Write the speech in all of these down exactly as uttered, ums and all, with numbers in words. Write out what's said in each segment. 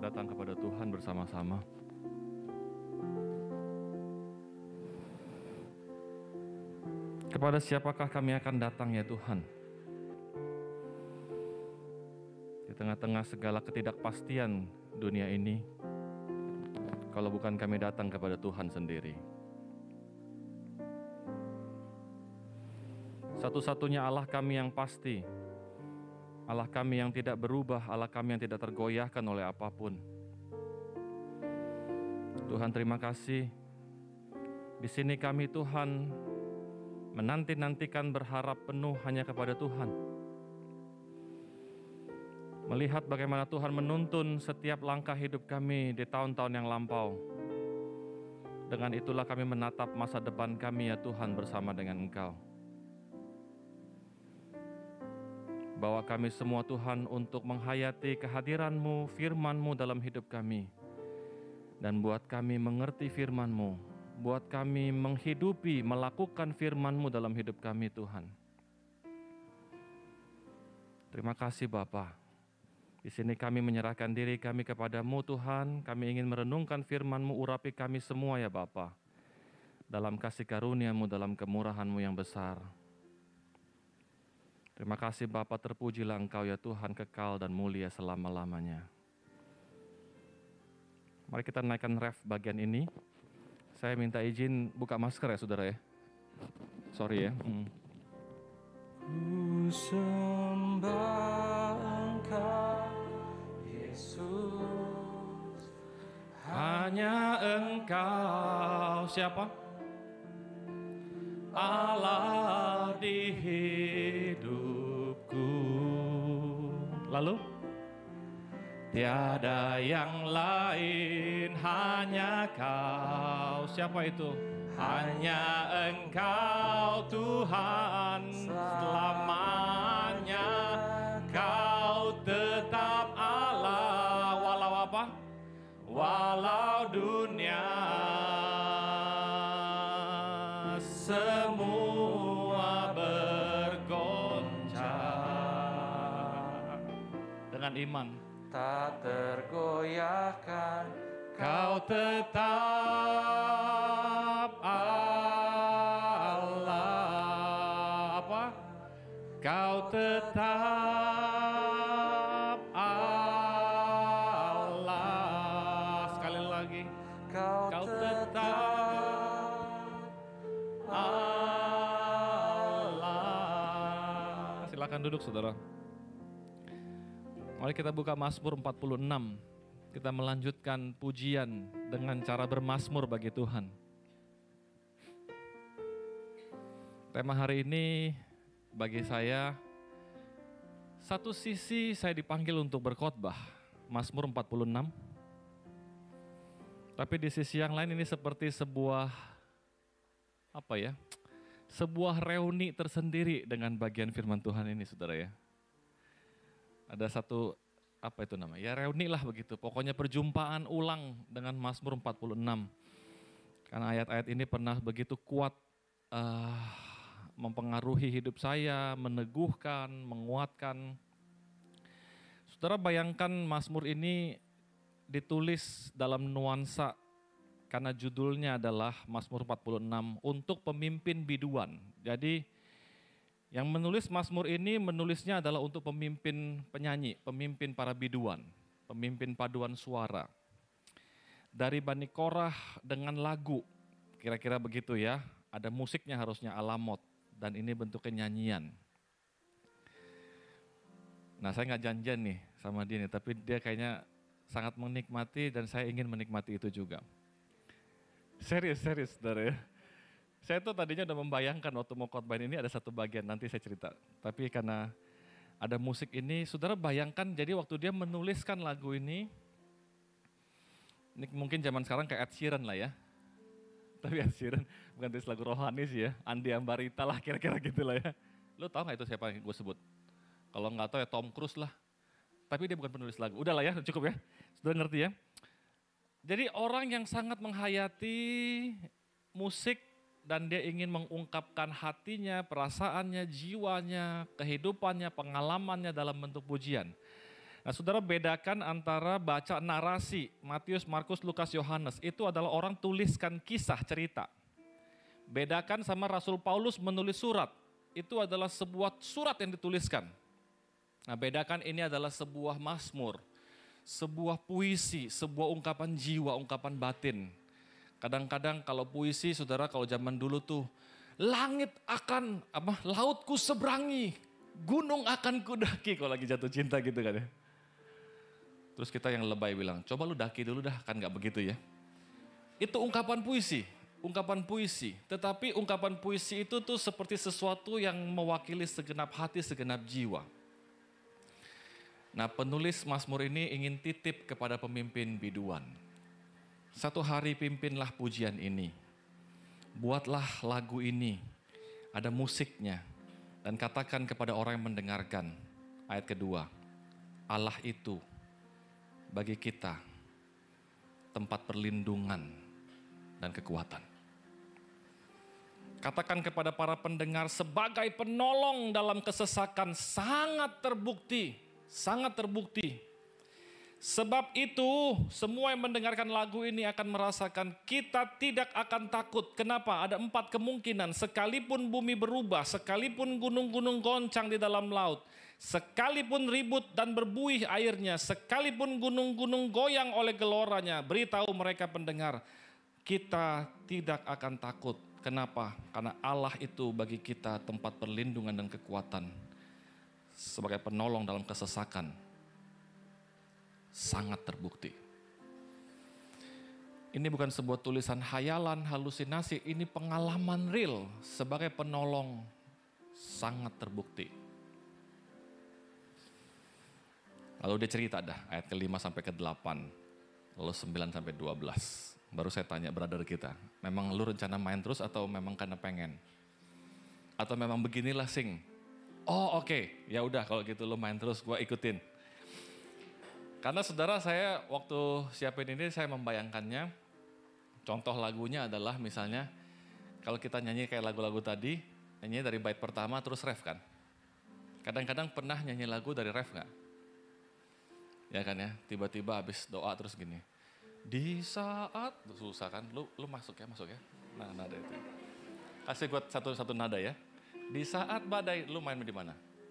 datang kepada Tuhan bersama-sama. Kepada siapakah kami akan datang ya Tuhan? Di tengah-tengah segala ketidakpastian dunia ini, kalau bukan kami datang kepada Tuhan sendiri. Satu-satunya Allah kami yang pasti, Allah kami yang tidak berubah, Allah kami yang tidak tergoyahkan oleh apapun. Tuhan, terima kasih. Di sini kami Tuhan menanti-nantikan berharap penuh hanya kepada Tuhan. Melihat bagaimana Tuhan menuntun setiap langkah hidup kami di tahun-tahun yang lampau. Dengan itulah kami menatap masa depan kami ya Tuhan bersama dengan Engkau. Bawa kami semua Tuhan untuk menghayati kehadiran-Mu, firman-Mu dalam hidup kami. Dan buat kami mengerti firman-Mu, buat kami menghidupi, melakukan firman-Mu dalam hidup kami Tuhan. Terima kasih Bapa. Di sini kami menyerahkan diri kami kepada-Mu Tuhan, kami ingin merenungkan firman-Mu, urapi kami semua ya Bapa. Dalam kasih karunia-Mu, dalam kemurahan-Mu yang besar. Terima kasih Bapa, terpujilah Engkau ya Tuhan, kekal dan mulia selama-lamanya. Mari kita naikkan ref bagian ini. Saya minta izin buka masker ya saudara ya. Sorry ya. Hmm. Ku sembah Engkau, Yesus. Hanya Engkau, siapa? Allah di hidupku. Lalu? Tiada yang lain, hanya Kau. Siapa itu? Hanya Engkau Tuhan selamanya. Kau tetap Allah. Walau apa? Walau dunia semua bergoncang. Dengan iman Tak tergoyahkan, Kau tetap Allah. Apa? Kau tetap Allah. Sekali lagi. Kau, Kau tetap Allah. Silakan duduk saudara. Mari kita buka Mazmur empat puluh enam. Kita melanjutkan pujian dengan cara bermazmur bagi Tuhan. Tema hari ini bagi saya, satu sisi saya dipanggil untuk berkhotbah, Mazmur empat puluh enam. Tapi di sisi yang lain ini seperti sebuah apa ya? Sebuah reuni tersendiri dengan bagian firman Tuhan ini saudara ya. Ada satu, apa itu namanya, ya reuni lah begitu. Pokoknya perjumpaan ulang dengan Mazmur empat puluh enam. Karena ayat-ayat ini pernah begitu kuat uh, mempengaruhi hidup saya, meneguhkan, menguatkan. Saudara bayangkan Mazmur ini ditulis dalam nuansa, karena judulnya adalah Mazmur empat puluh enam untuk pemimpin biduan. Jadi yang menulis Mazmur ini menulisnya adalah untuk pemimpin penyanyi, pemimpin para biduan, pemimpin paduan suara. Dari Bani Korah dengan lagu, kira-kira begitu ya, ada musiknya harusnya alamot, dan ini bentuknya nyanyian. Nah saya nggak janjian nih sama dia nih, tapi dia kayaknya sangat menikmati dan saya ingin menikmati itu juga. Serius, serius saudara ya. Saya tuh tadinya udah membayangkan waktu mau khotbah ini ada satu bagian, nanti saya cerita. Tapi karena ada musik ini, saudara bayangkan jadi waktu dia menuliskan lagu ini, ini mungkin zaman sekarang kayak Ed Sheeran lah ya. Tapi Ed Sheeran bukan tulis lagu rohani sih ya, Andi Ambarita lah kira-kira gitu lah ya. Lo tau gak itu siapa yang gue sebut? Kalau gak tahu ya Tom Cruise lah. Tapi dia bukan penulis lagu, udah lah ya, cukup ya. Sudah ngerti ya. Jadi orang yang sangat menghayati musik dan dia ingin mengungkapkan hatinya, perasaannya, jiwanya, kehidupannya, pengalamannya dalam bentuk pujian. Nah, saudara bedakan antara baca narasi, Matius, Markus, Lukas, Yohanes, itu adalah orang tuliskan kisah cerita. Bedakan sama Rasul Paulus menulis surat, itu adalah sebuah surat yang dituliskan. Nah, bedakan ini adalah sebuah mazmur, sebuah puisi, sebuah ungkapan jiwa, ungkapan batin. Kadang-kadang kalau puisi, saudara, kalau zaman dulu tuh, langit akan, apa, lautku seberangi, gunung akan kudaki, kalau lagi jatuh cinta gitu kan ya. Terus kita yang lebay bilang, coba lu daki dulu dah, kan gak begitu ya. Itu ungkapan puisi, ungkapan puisi. Tetapi ungkapan puisi itu tuh seperti sesuatu yang mewakili segenap hati, segenap jiwa. Nah, penulis Mazmur ini ingin titip kepada pemimpin biduan. Satu hari pimpinlah pujian ini. Buatlah lagu ini, ada musiknya. Dan katakan kepada orang yang mendengarkan. Ayat kedua, Allah itu bagi kita tempat perlindungan dan kekuatan. Katakan kepada para pendengar sebagai penolong dalam kesesakan sangat terbukti, sangat terbukti. Sebab itu semua yang mendengarkan lagu ini akan merasakan kita tidak akan takut. Kenapa? Ada empat kemungkinan. Sekalipun bumi berubah, sekalipun gunung-gunung goncang di dalam laut, sekalipun ribut dan berbuih airnya, sekalipun gunung-gunung goyang oleh geloranya, beritahu mereka pendengar, kita tidak akan takut. Kenapa? Karena Allah itu bagi kita tempat perlindungan dan kekuatan. Sebagai penolong dalam kesesakan. Sangat terbukti. Ini bukan sebuah tulisan hayalan, halusinasi, ini pengalaman real sebagai penolong sangat terbukti. Lalu dia cerita dah ayat kelima sampai ke delapan, lalu sembilan sampai dua belas. Baru saya tanya brother kita, memang lu rencana main terus atau memang karena pengen? Atau memang beginilah sing? Oh oke, okay. Ya udah kalau gitu lu main terus, gua ikutin. Karena saudara saya waktu siapin ini saya membayangkannya, contoh lagunya adalah misalnya kalau kita nyanyi kayak lagu-lagu tadi, nyanyi dari bait pertama terus ref kan. Kadang-kadang pernah nyanyi lagu dari ref gak? Ya kan ya, tiba-tiba habis doa terus gini. Di saat, susah kan, lu, lu masuk ya, masuk ya. Nah nada itu. Kasih gue satu-satu nada ya. Di saat badai, lu main di mana?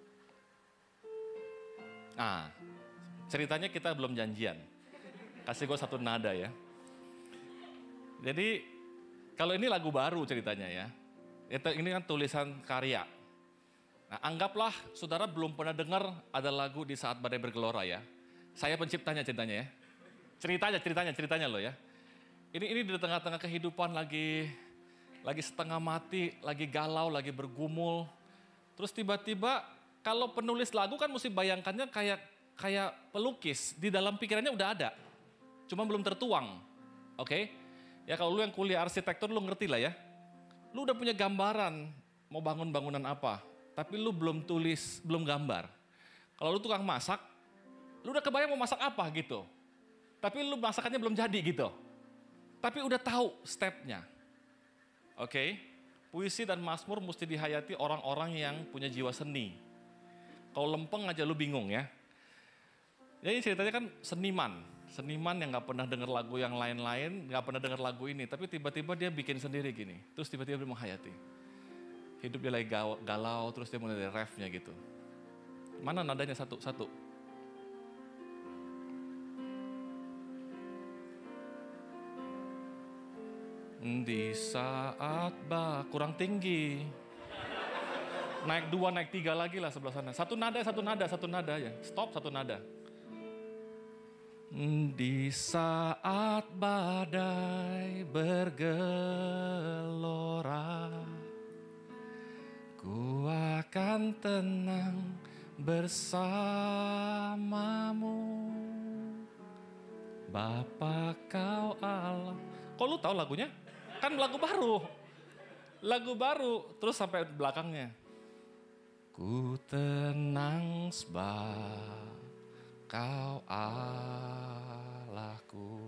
Nah, ceritanya kita belum janjian. Kasih gue satu nada ya. Jadi kalau ini lagu baru ceritanya ya. Ini kan tulisan karya. Nah, anggaplah saudara belum pernah dengar ada lagu Di Saat Badai Bergelora ya. Saya penciptanya ceritanya ya. Ceritanya, ceritanya, ceritanya loh ya. Ini ini di tengah-tengah kehidupan lagi lagi setengah mati, lagi galau, lagi bergumul. Terus tiba-tiba kalau penulis lagu kan mesti bayangkannya kayak kayak pelukis, di dalam pikirannya udah ada, cuma belum tertuang, oke? Okay? Ya kalau lu yang kuliah arsitektur lu ngerti lah ya, lu udah punya gambaran mau bangun bangunan apa, tapi lu belum tulis, belum gambar. Kalau lu tukang masak, lu udah kebayang mau masak apa gitu, tapi lu masakannya belum jadi gitu, tapi udah tahu stepnya, oke? Okay? Puisi dan mazmur mesti dihayati orang-orang yang punya jiwa seni. Kalau lempeng aja lu bingung ya. Jadi ceritanya kan seniman, seniman yang gak pernah dengar lagu yang lain-lain, gak pernah dengar lagu ini, tapi tiba-tiba dia bikin sendiri gini, terus tiba-tiba dia menghayati. Hidup dia lagi galau, terus dia mulai dari refnya gitu. Mana nadanya satu-satu? Di saat bak, kurang tinggi. Naik dua, naik tiga lagi lah sebelah sana. Satu nada, satu nada, satu nada ya. Stop, satu nada. Di saat badai bergelora, ku akan tenang bersamamu. Bapa kau Allah. Kok lu tahu lagunya? Kan lagu baru. Lagu baru, terus sampai belakangnya. Ku tenang sebab Kau Allahku.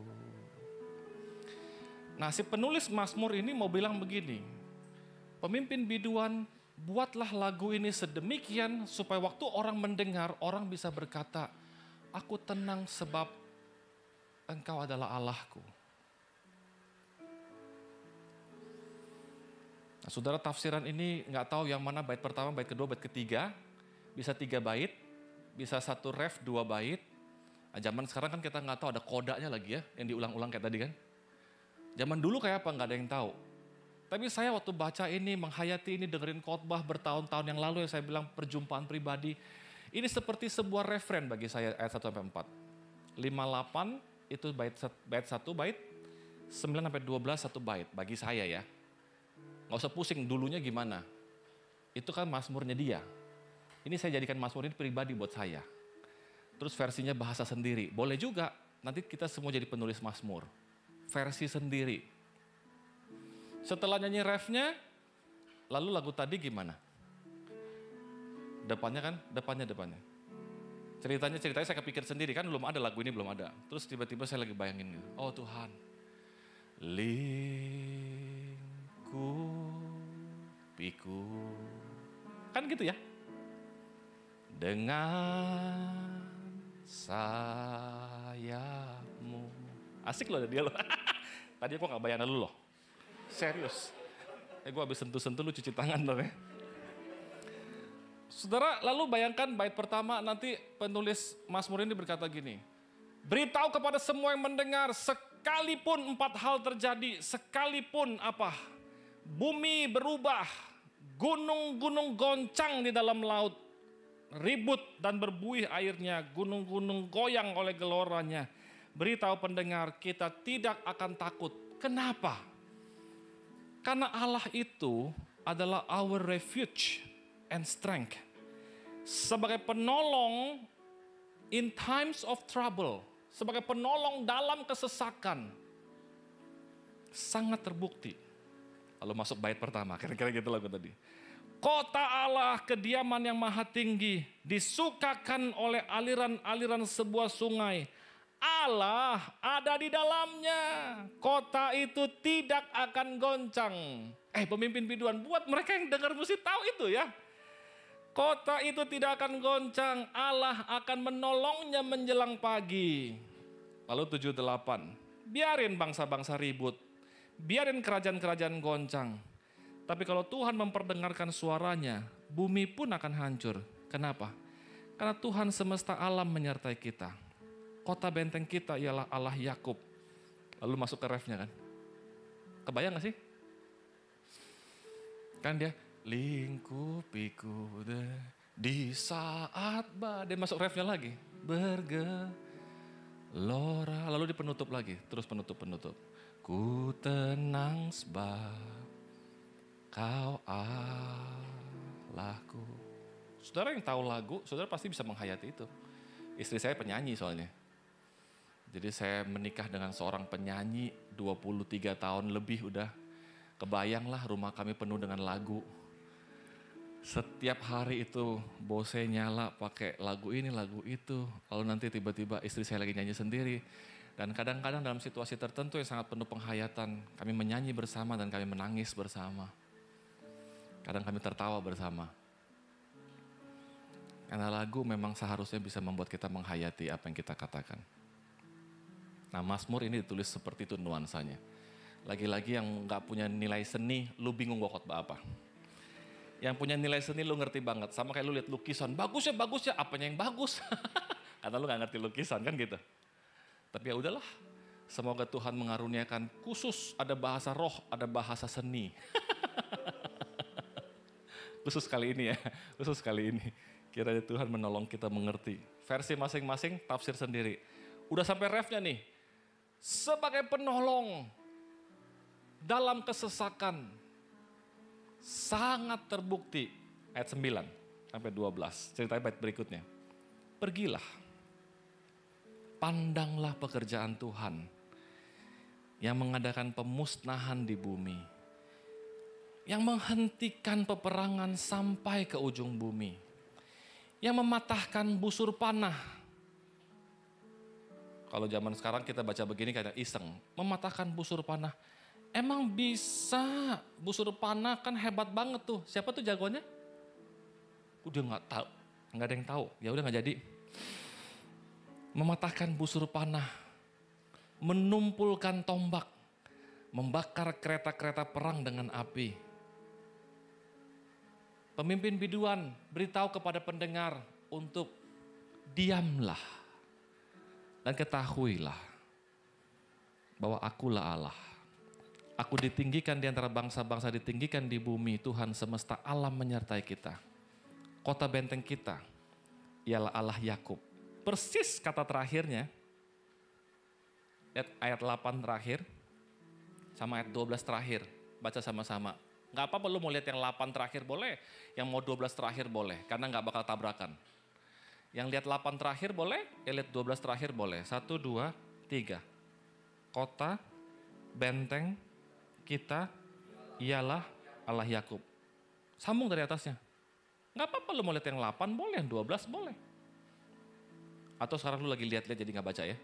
Nah, si penulis Mazmur ini mau bilang begini. Pemimpin biduan, buatlah lagu ini sedemikian supaya waktu orang mendengar, orang bisa berkata, Aku tenang sebab Engkau adalah Allahku. Nah, saudara, tafsiran ini nggak tahu yang mana bait pertama, bait kedua, bait ketiga. Bisa tiga bait, bisa satu ref, dua bait. Nah, zaman sekarang kan kita nggak tahu, ada kodanya lagi ya, yang diulang-ulang kayak tadi kan. Zaman dulu kayak apa nggak ada yang tahu. Tapi saya waktu baca ini, menghayati ini, dengerin khotbah bertahun-tahun yang lalu yang saya bilang perjumpaan pribadi. Ini seperti sebuah referen bagi saya ayat satu sampai empat. lima delapan itu bait bait satu bait, sembilan sampai dua belas satu bait bagi saya ya. Nggak usah pusing dulunya gimana. Itu kan mazmurnya dia. Ini saya jadikan mazmur ini pribadi buat saya. Terus versinya bahasa sendiri. Boleh juga, nanti kita semua jadi penulis mazmur. Versi sendiri. Setelah nyanyi refnya, lalu lagu tadi gimana? Depannya kan, depannya, depannya. Ceritanya, ceritanya saya kepikir sendiri, kan belum ada lagu ini, belum ada. Terus tiba-tiba saya lagi bayangin, oh Tuhan, lingkupiku. Kan gitu ya? Dengan sayapmu. Asik loh ada dia loh. Tadi aku gak bayangin lu loh. Serius. Eh gue habis sentuh-sentuh lu cuci tangan loh ya. Saudara, lalu bayangkan bait pertama nanti penulis mazmur ini berkata gini. Beritahu kepada semua yang mendengar, sekalipun empat hal terjadi, sekalipun apa? Bumi berubah, gunung-gunung goncang di dalam laut, ribut dan berbuih airnya, gunung-gunung goyang oleh geloranya. Beritahu pendengar, kita tidak akan takut. Kenapa? Karena Allah itu adalah our refuge and strength. Sebagai penolong in times of trouble. Sebagai penolong dalam kesesakan. Sangat terbukti. Lalu masuk bait pertama, kira-kira gitu lagu tadi. Kota Allah, kediaman yang maha tinggi, disukakan oleh aliran-aliran sebuah sungai. Allah ada di dalamnya. Kota itu tidak akan goncang. Eh pemimpin biduan, buat mereka yang dengar mesti tahu itu ya. Kota itu tidak akan goncang. Allah akan menolongnya menjelang pagi. Lalu tujuh delapan. Biarin bangsa-bangsa ribut. Biarin kerajaan-kerajaan goncang. Tapi kalau Tuhan memperdengarkan suaranya, bumi pun akan hancur. Kenapa? Karena Tuhan semesta alam menyertai kita. Kota benteng kita ialah Allah Yakub. Lalu masuk ke refnya kan. Kebayang gak sih? Kan dia, lingkupiku deh di saat badai. Masuk refnya lagi. Bergelora. Lalu di penutup lagi. Terus penutup-penutup. Ku tenang sebab Kau Allahku. Saudara yang tahu lagu, saudara pasti bisa menghayati itu. Istri saya penyanyi soalnya. Jadi saya menikah dengan seorang penyanyi dua puluh tiga tahun lebih udah. Kebayanglah rumah kami penuh dengan lagu. Setiap hari itu bose nyala pakai lagu ini, lagu itu. Lalu nanti tiba-tiba istri saya lagi nyanyi sendiri. Dan kadang-kadang dalam situasi tertentu yang sangat penuh penghayatan, kami menyanyi bersama dan kami menangis bersama. Kadang kami tertawa bersama. Karena lagu memang seharusnya bisa membuat kita menghayati apa yang kita katakan. Nah, Mazmur ini ditulis seperti itu nuansanya. Lagi-lagi yang gak punya nilai seni, lu bingung gua khotbah apa. Yang punya nilai seni lu ngerti banget. Sama kayak lu lihat lukisan, bagus ya, bagus ya, apanya yang bagus? Karena lu gak ngerti lukisan kan gitu. Tapi ya udahlah, semoga Tuhan mengaruniakan khusus ada bahasa roh, ada bahasa seni. Khusus kali ini ya, khusus kali ini. Kiranya Tuhan menolong kita mengerti. Versi masing-masing, tafsir sendiri. Udah sampai refnya nih. Sebagai penolong dalam kesesakan. Sangat terbukti. Ayat sembilan sampai dua belas. Ceritanya bait berikutnya. Pergilah. Pandanglah pekerjaan Tuhan. Yang mengadakan pemusnahan di bumi. Yang menghentikan peperangan sampai ke ujung bumi. Yang mematahkan busur panah. Kalau zaman sekarang kita baca begini kayak iseng. Mematahkan busur panah. Emang bisa busur panah kan hebat banget tuh. Siapa tuh jagoannya? Udah gak tahu. Gak ada yang tahu. Ya udah gak jadi. mematahkan busur panah, menumpulkan tombak, membakar kereta-kereta perang dengan api. Pemimpin biduan beritahu kepada pendengar untuk diamlah dan ketahuilah bahwa akulah Allah. Aku ditinggikan di antara bangsa-bangsa, ditinggikan di bumi, Tuhan semesta alam menyertai kita. Kota benteng kita ialah Allah Yakub. Persis kata terakhirnya, ayat delapan terakhir, sama ayat dua belas terakhir, baca sama-sama. Gak apa-apa lu mau lihat yang delapan terakhir boleh, yang mau dua belas terakhir boleh, karena gak bakal tabrakan. Yang lihat delapan terakhir boleh, yang lihat dua belas terakhir boleh. Satu, dua, tiga. Kota, benteng, kita ialah Allah Yakub. Sambung dari atasnya. Gak apa-apa lu mau lihat yang delapan boleh, yang dua belas boleh. Atau sekarang lu lagi lihat-lihat jadi gak baca ya.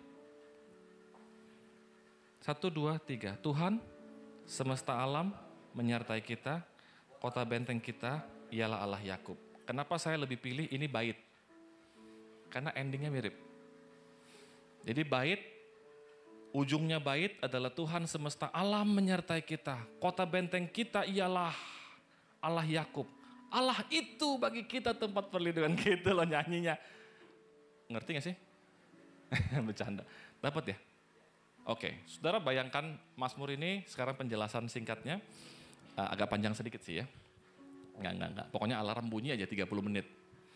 Satu, dua, tiga. Tuhan semesta alam menyertai kita, kota benteng kita ialah Allah Yakub. Kenapa saya lebih pilih ini bait? Karena endingnya mirip. Jadi bait, ujungnya bait adalah Tuhan semesta alam menyertai kita. Kota benteng kita ialah Allah Yakub. Allah itu bagi kita tempat perlindungan, gitu loh nyanyinya. Ngerti gak sih? Bercanda. Dapat ya? Oke, saudara bayangkan Mazmur ini sekarang penjelasan singkatnya. Uh, agak panjang sedikit sih ya. Enggak, enggak, enggak. Pokoknya alarm bunyi aja tiga puluh menit.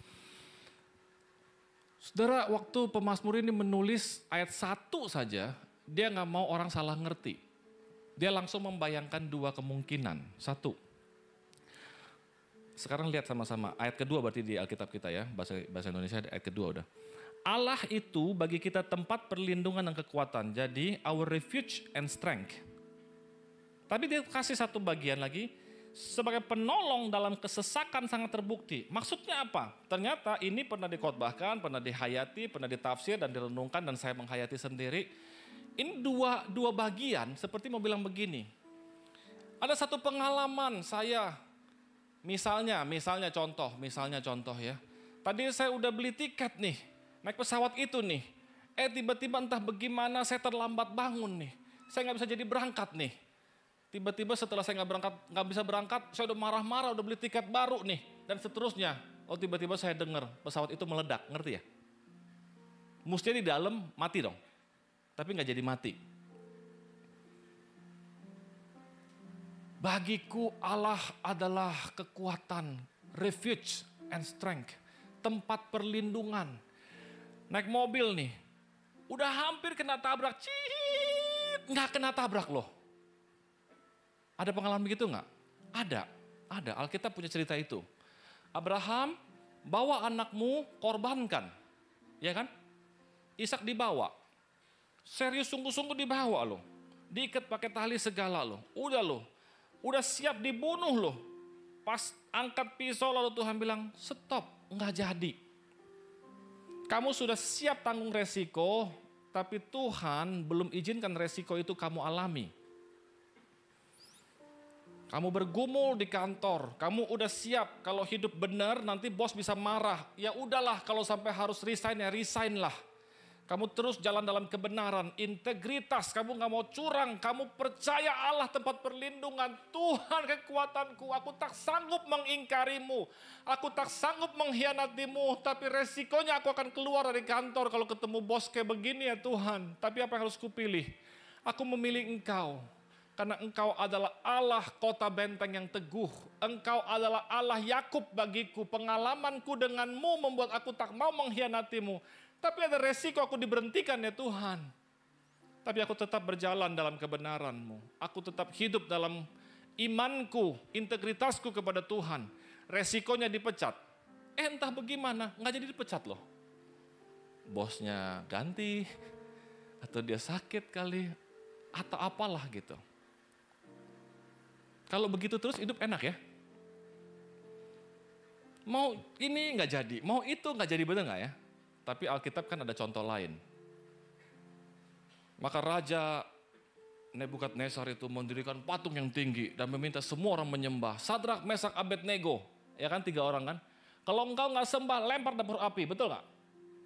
Saudara, waktu pemazmur ini menulis ayat satu saja, dia nggak mau orang salah ngerti. Dia langsung membayangkan dua kemungkinan. Satu, sekarang lihat sama-sama. Ayat kedua berarti di Alkitab kita ya, bahasa, bahasa Indonesia ayat kedua udah. Allah itu bagi kita tempat perlindungan dan kekuatan. Jadi our refuge and strength. Tapi dia kasih satu bagian lagi, sebagai penolong dalam kesesakan sangat terbukti. Maksudnya apa? Ternyata ini pernah dikhotbahkan, pernah dihayati, pernah ditafsir dan direnungkan dan saya menghayati sendiri. Ini dua, dua bagian seperti mau bilang begini. Ada satu pengalaman saya, misalnya, misalnya contoh, misalnya contoh ya. Tadi saya udah beli tiket nih, naik pesawat itu nih. Eh tiba-tiba entah bagaimana saya terlambat bangun nih. Saya nggak bisa jadi berangkat nih. Tiba-tiba setelah saya nggak berangkat, nggak bisa berangkat, saya udah marah-marah, udah beli tiket baru nih, dan seterusnya. Oh tiba-tiba saya dengar pesawat itu meledak, ngerti ya? Mestinya di dalam mati dong, tapi nggak jadi mati. Bagiku Allah adalah kekuatan, refuge and strength, tempat perlindungan. Naik mobil nih, udah hampir kena tabrak, cit, nggak kena tabrak loh. Ada pengalaman begitu nggak? Ada, ada. Alkitab punya cerita itu. Abraham bawa anakmu korbankan, ya kan? Ishak dibawa, serius sungguh-sungguh dibawa loh, diikat pakai tali segala loh, udah loh, udah siap dibunuh loh. Pas angkat pisau lalu Tuhan bilang stop, nggak jadi. Kamu sudah siap tanggung resiko, tapi Tuhan belum izinkan resiko itu kamu alami. Kamu bergumul di kantor, kamu udah siap kalau hidup benar nanti bos bisa marah. Ya udahlah kalau sampai harus resign ya resign lah. Kamu terus jalan dalam kebenaran, integritas, kamu gak mau curang, kamu percaya Allah tempat perlindungan. Tuhan kekuatanku, aku tak sanggup mengingkarimu, aku tak sanggup mengkhianatimu, tapi resikonya aku akan keluar dari kantor kalau ketemu bos kayak begini ya Tuhan. Tapi apa yang harus kupilih? Aku memilih Engkau. Karena Engkau adalah Allah kota benteng yang teguh. Engkau adalah Allah Yakub bagiku. Pengalamanku denganmu membuat aku tak mau mengkhianatimu. Tapi ada resiko aku diberhentikan ya Tuhan. Tapi aku tetap berjalan dalam kebenaran-Mu. Aku tetap hidup dalam imanku, integritasku kepada Tuhan. Resikonya dipecat. Eh entah bagaimana, nggak jadi dipecat loh. Bosnya ganti, atau dia sakit kali, atau apalah gitu. Kalau begitu terus hidup enak ya. Mau ini nggak jadi, mau itu nggak jadi, benar nggak ya? Tapi Alkitab kan ada contoh lain. Maka Raja Nebukadnezar itu mendirikan patung yang tinggi dan meminta semua orang menyembah. Sadrak, Mesak, Abednego, ya kan tiga orang kan. Kalau engkau nggak sembah, lempar dapur api, betul nggak?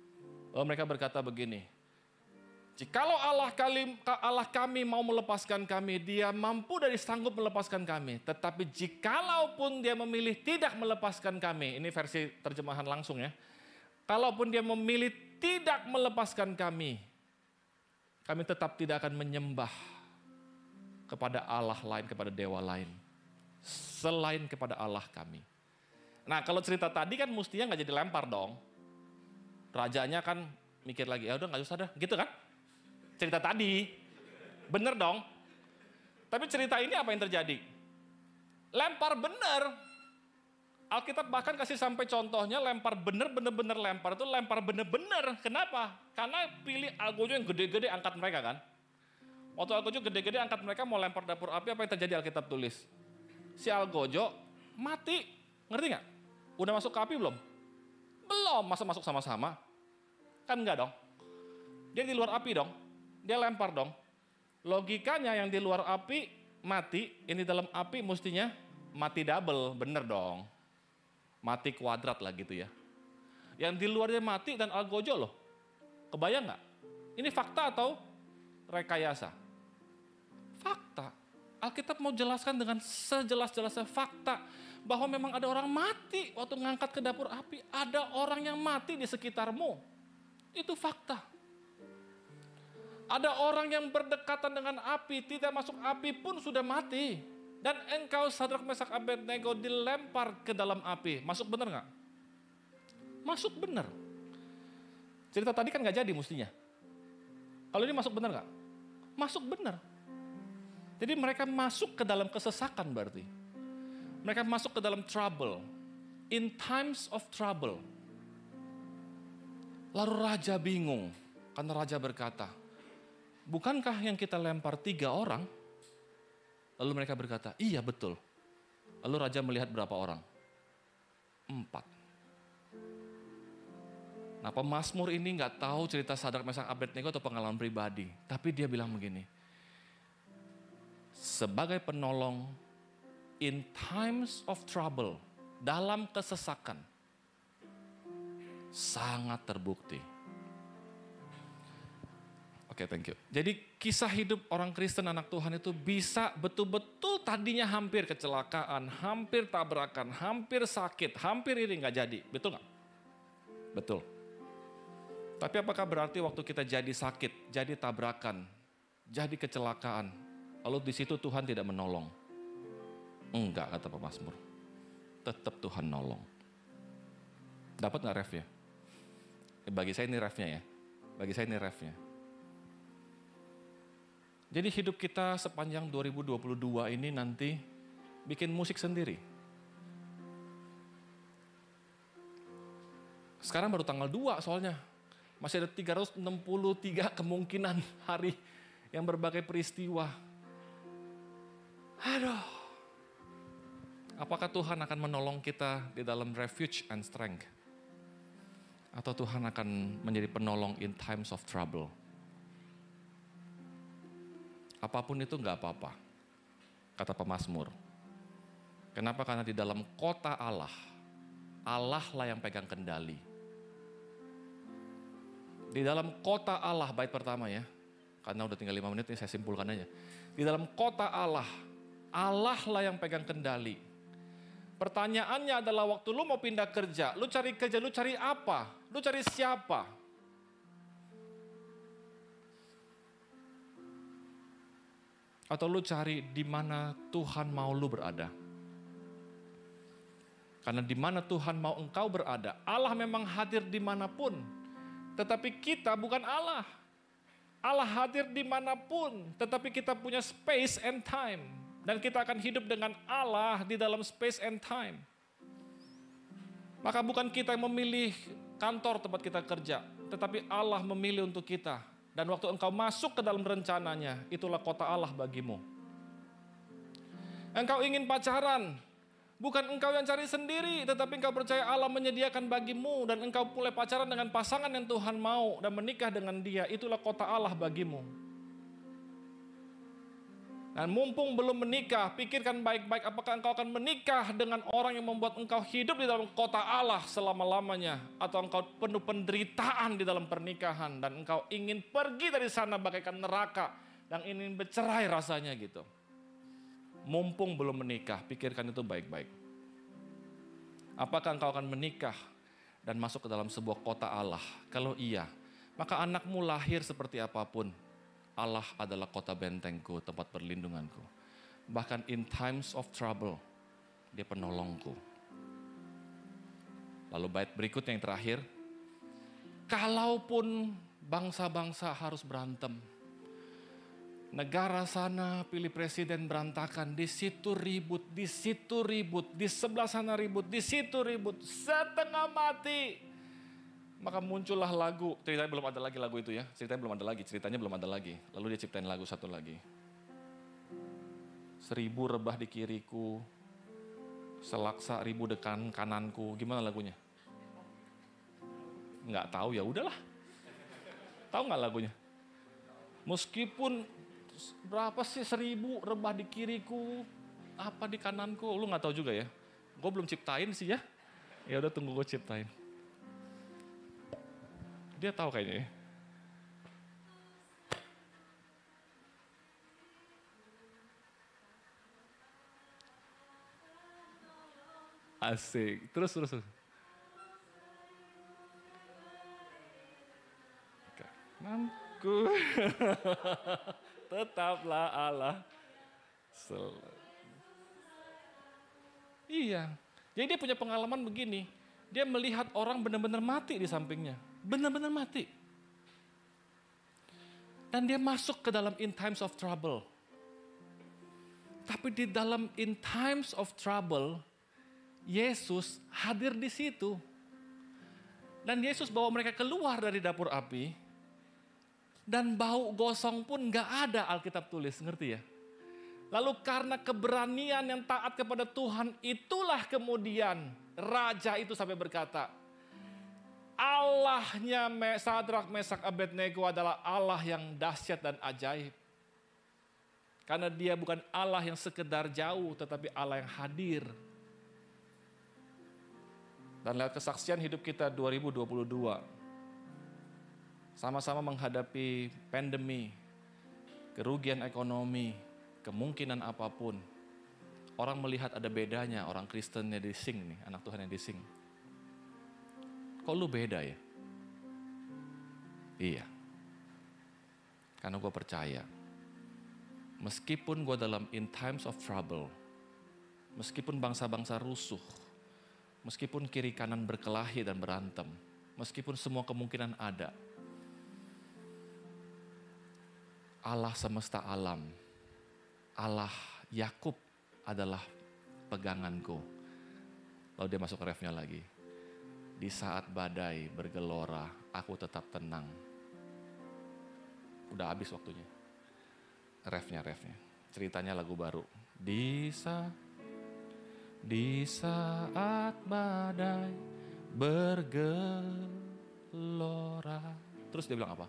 Lalu mereka berkata begini, jikalau Allah kami, Allah kami mau melepaskan kami, dia mampu dari sanggup melepaskan kami. Tetapi jikalaupun dia memilih tidak melepaskan kami, ini versi terjemahan langsung ya. Kalaupun dia memilih tidak melepaskan kami, kami tetap tidak akan menyembah kepada Allah lain, kepada dewa lain. Selain kepada Allah kami. Nah kalau cerita tadi kan mestinya nggak jadi lempar dong. Rajanya kan mikir lagi, ya udah nggak usah dah, gitu kan? Cerita tadi, bener dong. Tapi cerita ini apa yang terjadi? Lempar bener. Alkitab bahkan kasih sampai contohnya lempar bener, bener-bener lempar itu lempar bener-bener. Kenapa? Karena pilih Algojo yang gede-gede angkat mereka kan. Waktu Algojo gede-gede angkat mereka mau lempar dapur api, apa yang terjadi Alkitab tulis? Si Algojo mati, ngerti nggak? Udah masuk ke api belum? Belum, masa masuk sama-sama? Kan enggak dong. Dia di luar api dong. Dia lempar dong. Logikanya yang di luar api mati, ini dalam api mestinya mati double, bener dong. Mati kuadrat lah gitu ya. Yang di luar dia mati dan Algojo loh. Kebayang nggak? Ini fakta atau rekayasa? Fakta. Alkitab mau jelaskan dengan sejelas-jelasnya fakta. Bahwa memang ada orang mati waktu ngangkat ke dapur api. Ada orang yang mati di sekitarmu. Itu fakta. Ada orang yang berdekatan dengan api, tidak masuk api pun sudah mati. Dan engkau Sadrak Mesak Abednego dilempar ke dalam api. Masuk benar nggak? Masuk benar. Cerita tadi kan nggak jadi mestinya. Kalau ini masuk benar nggak? Masuk benar. Jadi mereka masuk ke dalam kesesakan berarti. Mereka masuk ke dalam trouble. In times of trouble. Lalu raja bingung. Karena raja berkata, bukankah yang kita lempar tiga orang? Lalu mereka berkata, iya betul. Lalu raja melihat berapa orang? Empat. Nah pemazmur ini gak tahu cerita Sadrak Mesak Abednego atau pengalaman pribadi. Tapi dia bilang begini. Sebagai penolong, in times of trouble, dalam kesesakan, sangat terbukti. Oke, okay, thank you. Jadi kisah hidup orang Kristen anak Tuhan itu bisa betul-betul tadinya hampir kecelakaan, hampir tabrakan, hampir sakit, hampir ini nggak jadi. Betul nggak? Betul. Tapi apakah berarti waktu kita jadi sakit, jadi tabrakan, jadi kecelakaan, lalu di situ Tuhan tidak menolong? Enggak, kata pemazmur. Tetap Tuhan nolong. Dapat nggak refnya? Bagi saya ini refnya ya. Bagi saya ini refnya. Jadi hidup kita sepanjang dua ribu dua puluh dua ini nanti bikin musik sendiri. Sekarang baru tanggal dua soalnya. Masih ada tiga ratus enam puluh tiga kemungkinan hari yang berbagai peristiwa. Aduh. Apakah Tuhan akan menolong kita di dalam refuge and strength? Atau Tuhan akan menjadi penolong in times of trouble? Apapun itu enggak apa-apa, kata pemazmur. Kenapa? Karena di dalam kota Allah, Allah lah yang pegang kendali. Di dalam kota Allah, bait pertama ya, karena udah tinggal lima menit nih saya simpulkan aja. Di dalam kota Allah, Allah lah yang pegang kendali. Pertanyaannya adalah waktu lu mau pindah kerja, lu cari kerja, lu cari apa? Lu cari siapa? Atau lu cari di mana Tuhan mau lu berada? Karena di mana Tuhan mau engkau berada, Allah memang hadir dimanapun. Tetapi kita bukan Allah. Allah hadir dimanapun, tetapi kita punya space and time. Dan kita akan hidup dengan Allah di dalam space and time. Maka bukan kita yang memilih kantor tempat kita kerja, tetapi Allah memilih untuk kita. Dan waktu engkau masuk ke dalam rencananya, itulah kota Allah bagimu. Engkau ingin pacaran, bukan engkau yang cari sendiri, tetapi engkau percaya Allah menyediakan bagimu. Dan engkau mulai pacaran dengan pasangan yang Tuhan mau dan menikah dengan dia, itulah kota Allah bagimu. Dan mumpung belum menikah, pikirkan baik-baik apakah engkau akan menikah dengan orang yang membuat engkau hidup di dalam kota Allah selama-lamanya. Atau engkau penuh penderitaan di dalam pernikahan dan engkau ingin pergi dari sana bagaikan neraka. Dan ingin bercerai rasanya gitu. Mumpung belum menikah, pikirkan itu baik-baik. Apakah engkau akan menikah dan masuk ke dalam sebuah kota Allah? Kalau iya, maka anakmu lahir seperti apapun. Allah adalah kota bentengku, tempat perlindunganku. Bahkan in times of trouble, dia penolongku. Lalu bait berikutnya yang terakhir. Kalaupun bangsa-bangsa harus berantem. Negara sana pilih presiden berantakan, di situ ribut, di situ ribut, di sebelah sana ribut, di situ ribut, setengah mati. Maka muncullah lagu, ceritanya belum ada lagi lagu itu ya, ceritanya belum ada lagi, ceritanya belum ada lagi. Lalu dia ciptain lagu satu lagi. Seribu rebah di kiriku, selaksa ribu dekan kananku. Gimana lagunya? Nggak tahu ya udahlah. Tahu nggak lagunya? Meskipun berapa sih seribu rebah di kiriku, apa di kananku, lu nggak tahu juga ya. Gue belum ciptain sih ya. Ya udah tunggu gue ciptain. Dia tahu kayaknya ya. Asik. Terus, terus, terus. Kananku. Tetaplah Allah. Sel- iya. Jadi dia punya pengalaman begini. Dia melihat orang benar-benar mati di sampingnya. Benar-benar mati. Dan dia masuk ke dalam in times of trouble. Tapi di dalam in times of trouble, Yesus hadir di situ. Dan Yesus bawa mereka keluar dari dapur api. Dan bau gosong pun gak ada, Alkitab tulis, ngerti ya? Lalu karena keberanian yang taat kepada Tuhan, itulah kemudian raja itu sampai berkata, Allahnya Sadrak, Mesak, Abednego adalah Allah yang dahsyat dan ajaib. Karena dia bukan Allah yang sekedar jauh, tetapi Allah yang hadir. Dan lewat kesaksian hidup kita dua ribu dua puluh dua, sama-sama menghadapi pandemi, kerugian ekonomi, kemungkinan apapun. Orang melihat ada bedanya, orang Kristennya dising nih, anak Tuhan yang dising. Kok lu beda ya? Iya. Karena gue percaya. Meskipun gue dalam in times of trouble. Meskipun bangsa-bangsa rusuh. Meskipun kiri kanan berkelahi dan berantem. Meskipun semua kemungkinan ada. Allah semesta alam. Allah Yakub adalah peganganku. Lalu dia masuk ke refnya lagi. Di saat badai bergelora, aku tetap tenang. Udah habis waktunya. Refnya, refnya. Ceritanya lagu baru. Di saat, di saat badai bergelora. Terus dia bilang apa?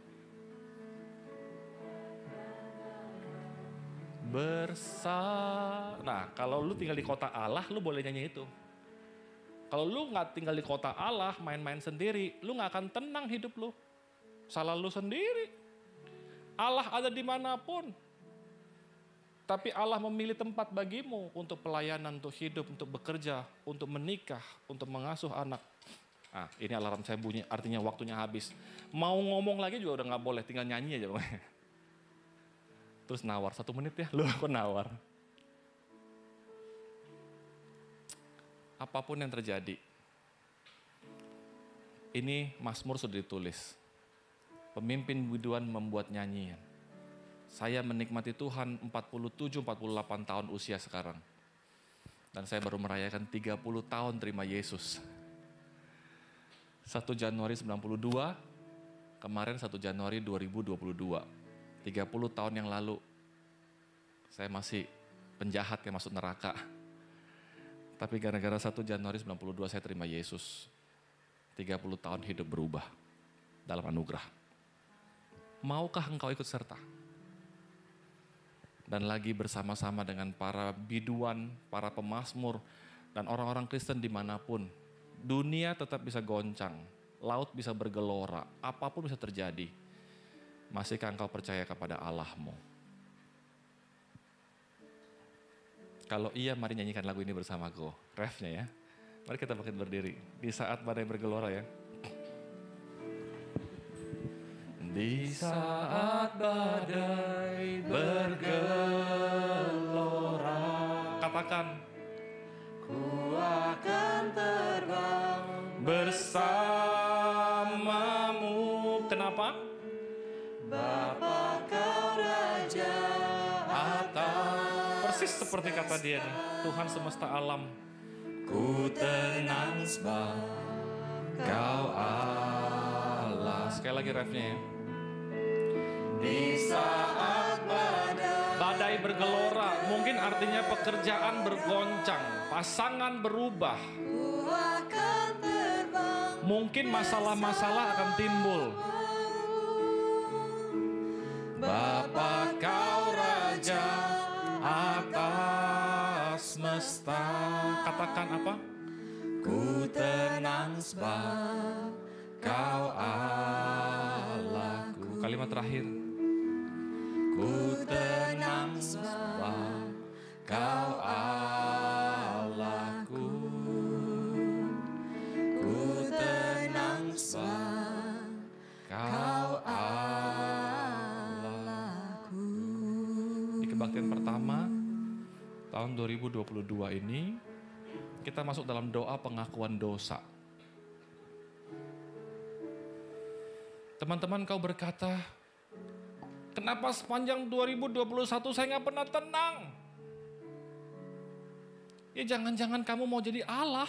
Bersama. Nah, kalau lu tinggal di kota Allah, lu boleh nyanyi itu. Kalau lu gak tinggal di kota Allah, main-main sendiri, lu gak akan tenang hidup lu. Salah lu sendiri. Allah ada dimanapun. Tapi Allah memilih tempat bagimu untuk pelayanan, untuk hidup, untuk bekerja, untuk menikah, untuk mengasuh anak. Nah, ini alarm saya bunyi, artinya waktunya habis. Mau ngomong lagi juga udah gak boleh, tinggal nyanyi aja. Terus nawar, satu menit ya, lu aku nawar. Apapun yang terjadi, ini Mazmur sudah ditulis. Pemimpin biduan membuat nyanyian. Saya menikmati Tuhan empat puluh tujuh empat puluh delapan tahun usia sekarang. Dan saya baru merayakan tiga puluh tahun terima Yesus. satu Januari sembilan puluh dua, kemarin satu Januari dua ribu dua puluh dua. tiga puluh tahun yang lalu, saya masih penjahat yang masuk neraka. Tapi gara-gara satu Januari sembilan puluh dua saya terima Yesus. tiga puluh tahun hidup berubah dalam anugerah. Maukah engkau ikut serta? dan lagi bersama-sama dengan para biduan, para pemazmur, dan orang-orang Kristen dimanapun. Dunia tetap bisa goncang, laut bisa bergelora, apapun bisa terjadi. Masihkah engkau percaya kepada Allahmu? Kalau iya, mari nyanyikan lagu ini bersamaku. Refnya ya. Mari kita bangkit berdiri. Di saat badai bergelora ya. Di saat badai bergelora. Katakan. Ku akan terbang bersamamu. Kenapa? Bapa kau Raja atas. Persis seperti kata dia nih. Tuhan semesta alam. Ku tenang sebab kau Allah. Sekali lagi refnya ya. Di saat badai, Badai bergelora, mungkin artinya pekerjaan bergoncang, pasangan berubah. ku akan terbang Mungkin masalah-masalah akan timbul. Bapa kau Raja atas semesta. Katakan apa? Ku tenang sebab kau Allahku. Kalimat terakhir. Ku tenang sebab kau Allahku. Ku tenang sebab kau Allahku. Di kebaktian pertama tahun dua ribu dua puluh dua ini kita masuk dalam doa pengakuan dosa. Teman-teman, kau berkata, kenapa sepanjang dua ribu dua puluh satu saya nggak pernah tenang? Ya jangan-jangan kamu mau jadi Allah.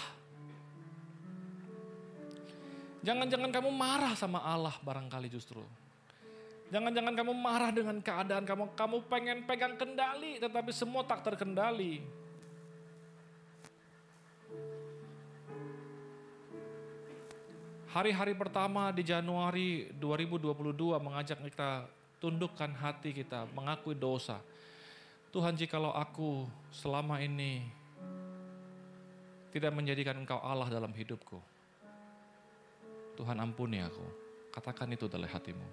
Jangan-jangan kamu marah sama Allah barangkali justru. Jangan-jangan kamu marah dengan keadaan kamu. Kamu pengen pegang kendali tetapi semua tak terkendali. Hari-hari pertama di Januari dua ribu dua puluh dua mengajak kita tundukkan hati kita, mengakui dosa. Tuhan, jikalau aku selama ini tidak menjadikan Engkau Allah dalam hidupku, Tuhan ampuni aku. Katakan itu dalam hatimu.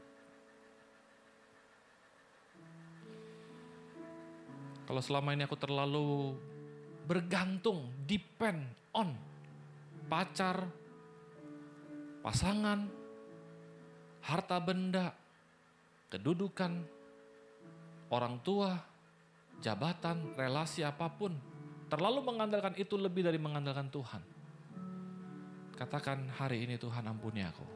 Kalau selama ini aku terlalu bergantung, depend on pacar, pasangan, harta benda, kedudukan, orang tua, jabatan, relasi apapun. Terlalu mengandalkan itu lebih dari mengandalkan Tuhan. Katakan hari ini, Tuhan ampuni aku.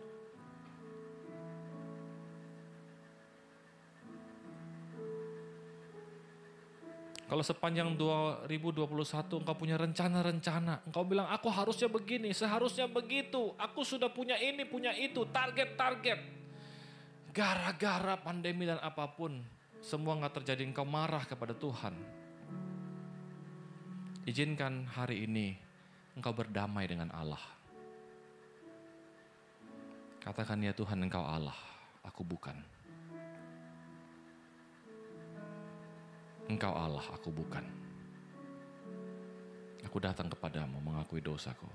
Kalau sepanjang dua ribu dua puluh satu engkau punya rencana-rencana. Engkau bilang aku harusnya begini, seharusnya begitu. Aku sudah punya ini, punya itu, target-target. Gara-gara pandemi dan apapun, semua gak terjadi, engkau marah kepada Tuhan. Izinkan hari ini engkau berdamai dengan Allah. Katakan ya Tuhan, engkau Allah, aku bukan. Engkau Allah, aku bukan. Aku datang kepadamu mengakui dosaku.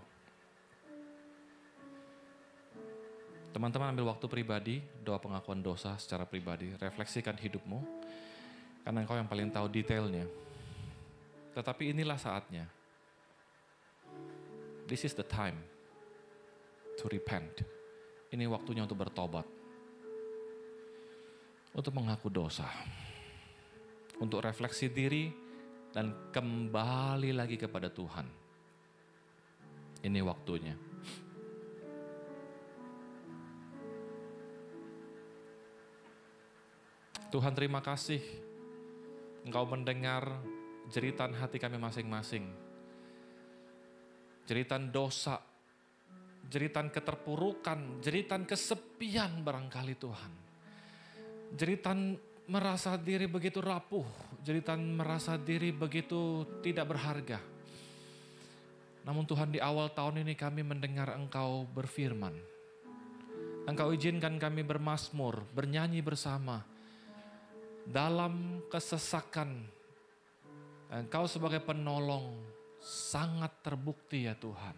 Teman-teman ambil waktu pribadi, doa pengakuan dosa secara pribadi. Refleksikan hidupmu, karena engkau yang paling tahu detailnya. Tetapi inilah saatnya. This is the time to repent. Ini waktunya untuk bertobat. Untuk mengaku dosa. Untuk refleksi diri dan kembali lagi kepada Tuhan. Ini waktunya. Tuhan, terima kasih Engkau mendengar jeritan hati kami masing-masing. Jeritan dosa, jeritan keterpurukan, jeritan kesepian barangkali Tuhan. Jeritan merasa diri begitu rapuh, jeritan merasa diri begitu tidak berharga. Namun Tuhan, di awal tahun ini kami mendengar Engkau berfirman. Engkau izinkan kami bermazmur, bernyanyi bersama. dalam kesesakan, Engkau sebagai penolong sangat terbukti ya Tuhan.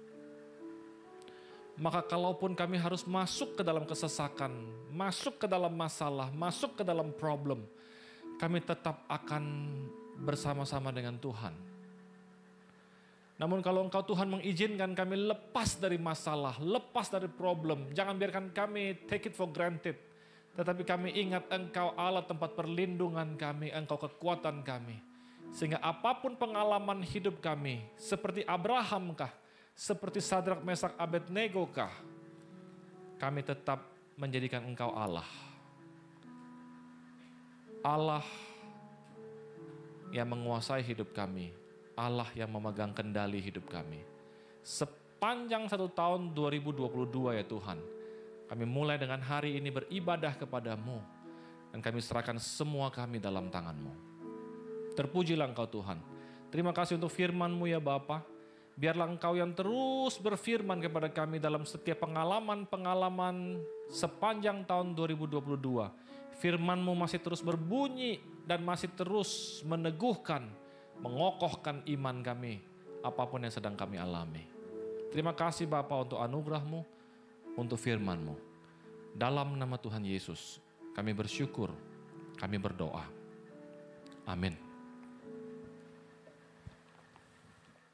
Maka kalaupun kami harus masuk ke dalam kesesakan, masuk ke dalam masalah, masuk ke dalam problem, kami tetap akan bersama-sama dengan Tuhan. Namun kalau Engkau Tuhan mengizinkan kami lepas dari masalah, lepas dari problem, jangan biarkan kami take it for granted. Tetapi kami ingat Engkau Allah tempat perlindungan kami, Engkau kekuatan kami. Sehingga apapun pengalaman hidup kami, seperti Abraham kah, seperti Sadrak, Mesak, Abednego kah, kami tetap menjadikan Engkau Allah. Allah yang menguasai hidup kami, Allah yang memegang kendali hidup kami. Sepanjang satu tahun dua ribu dua puluh dua ya Tuhan, kami mulai dengan hari ini beribadah kepadamu, dan kami serahkan semua kami dalam tangan-Mu. Terpujilah Engkau Tuhan. Terima kasih untuk firman-Mu ya Bapa. Biarlah Engkau yang terus berfirman kepada kami dalam setiap pengalaman-pengalaman sepanjang tahun dua ribu dua puluh dua. Firman-Mu masih terus berbunyi dan masih terus meneguhkan, mengokohkan iman kami apapun yang sedang kami alami. Terima kasih Bapa untuk anugerah-Mu, untuk firman-Mu. Dalam nama Tuhan Yesus kami bersyukur, kami berdoa. Amin.